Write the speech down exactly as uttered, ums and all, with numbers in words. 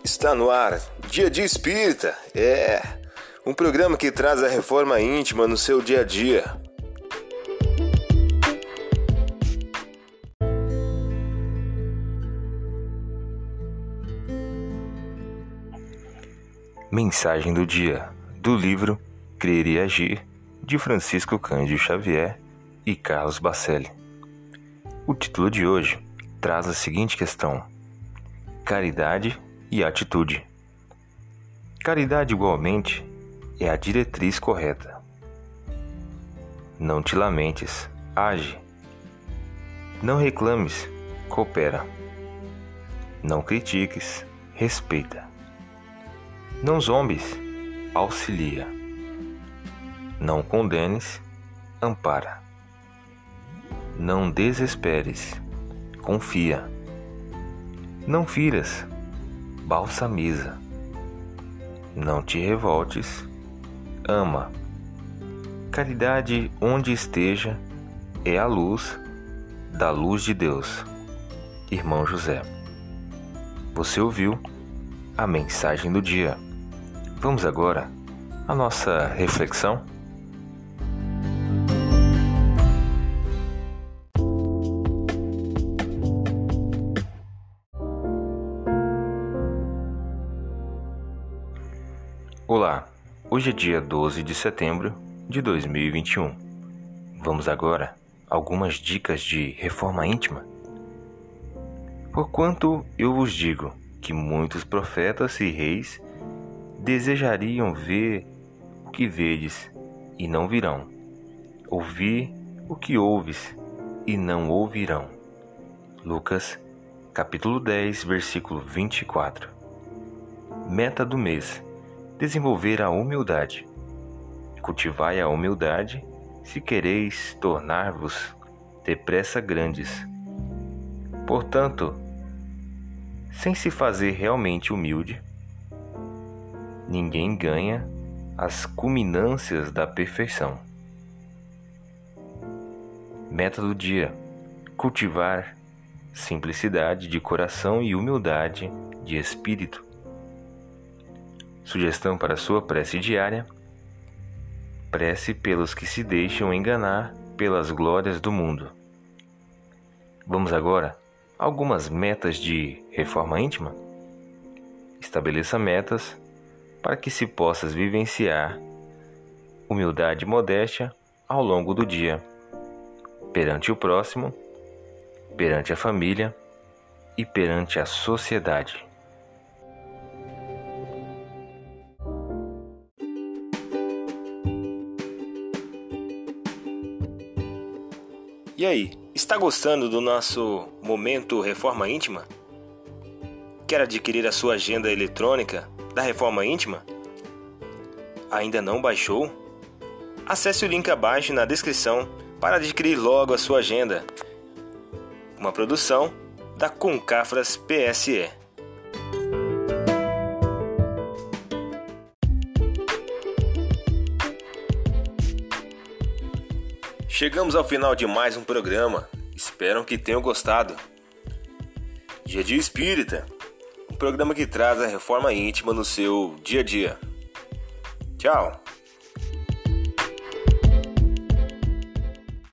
Está no ar, Dia de Espírita, é um programa que traz a reforma íntima no seu dia a dia. Mensagem do dia, do livro Crer e Agir, de Francisco Cândido Xavier e Carlos Bacelli. O título de hoje traz a seguinte questão: caridade e atitude. Caridade, igualmente, é a diretriz correta. Não te lamentes, age. Não reclames, coopera. Não critiques, respeita. Não zombes, auxilia. Não condenes, ampara. Não desesperes, confia. Não firas, balsamiza. Não te revoltes, ama. Caridade, onde esteja, é a luz da luz de Deus. Irmão José. Você ouviu a mensagem do dia. Vamos agora à nossa reflexão. Olá, hoje é dia doze de setembro de dois mil e vinte e um. Vamos agora a algumas dicas de reforma íntima. Porquanto eu vos digo que muitos profetas e reis desejariam ver o que vedes e não virão, ouvir o que ouves e não ouvirão. Lucas, capítulo dez, versículo vinte e quatro. Meta do mês: desenvolver a humildade. Cultivai a humildade, se quereis tornar-vos depressa grandes. Portanto, sem se fazer realmente humilde, ninguém ganha as culminâncias da perfeição. Meta do dia: cultivar simplicidade de coração e humildade de espírito. Sugestão para sua prece diária: prece pelos que se deixam enganar pelas glórias do mundo. Vamos agora a algumas metas de reforma íntima? Estabeleça metas para que se possas vivenciar humildade e modéstia ao longo do dia, perante o próximo, perante a família e perante a sociedade. E aí, está gostando do nosso momento Reforma Íntima? Quer adquirir a sua agenda eletrônica da Reforma Íntima? Ainda não baixou? Acesse o link abaixo na descrição para adquirir logo a sua agenda. Uma produção da Concafras P S E. Chegamos ao final de mais um programa. Espero que tenham gostado. Dia de Espírita, um programa que traz a reforma íntima no seu dia a dia. Tchau!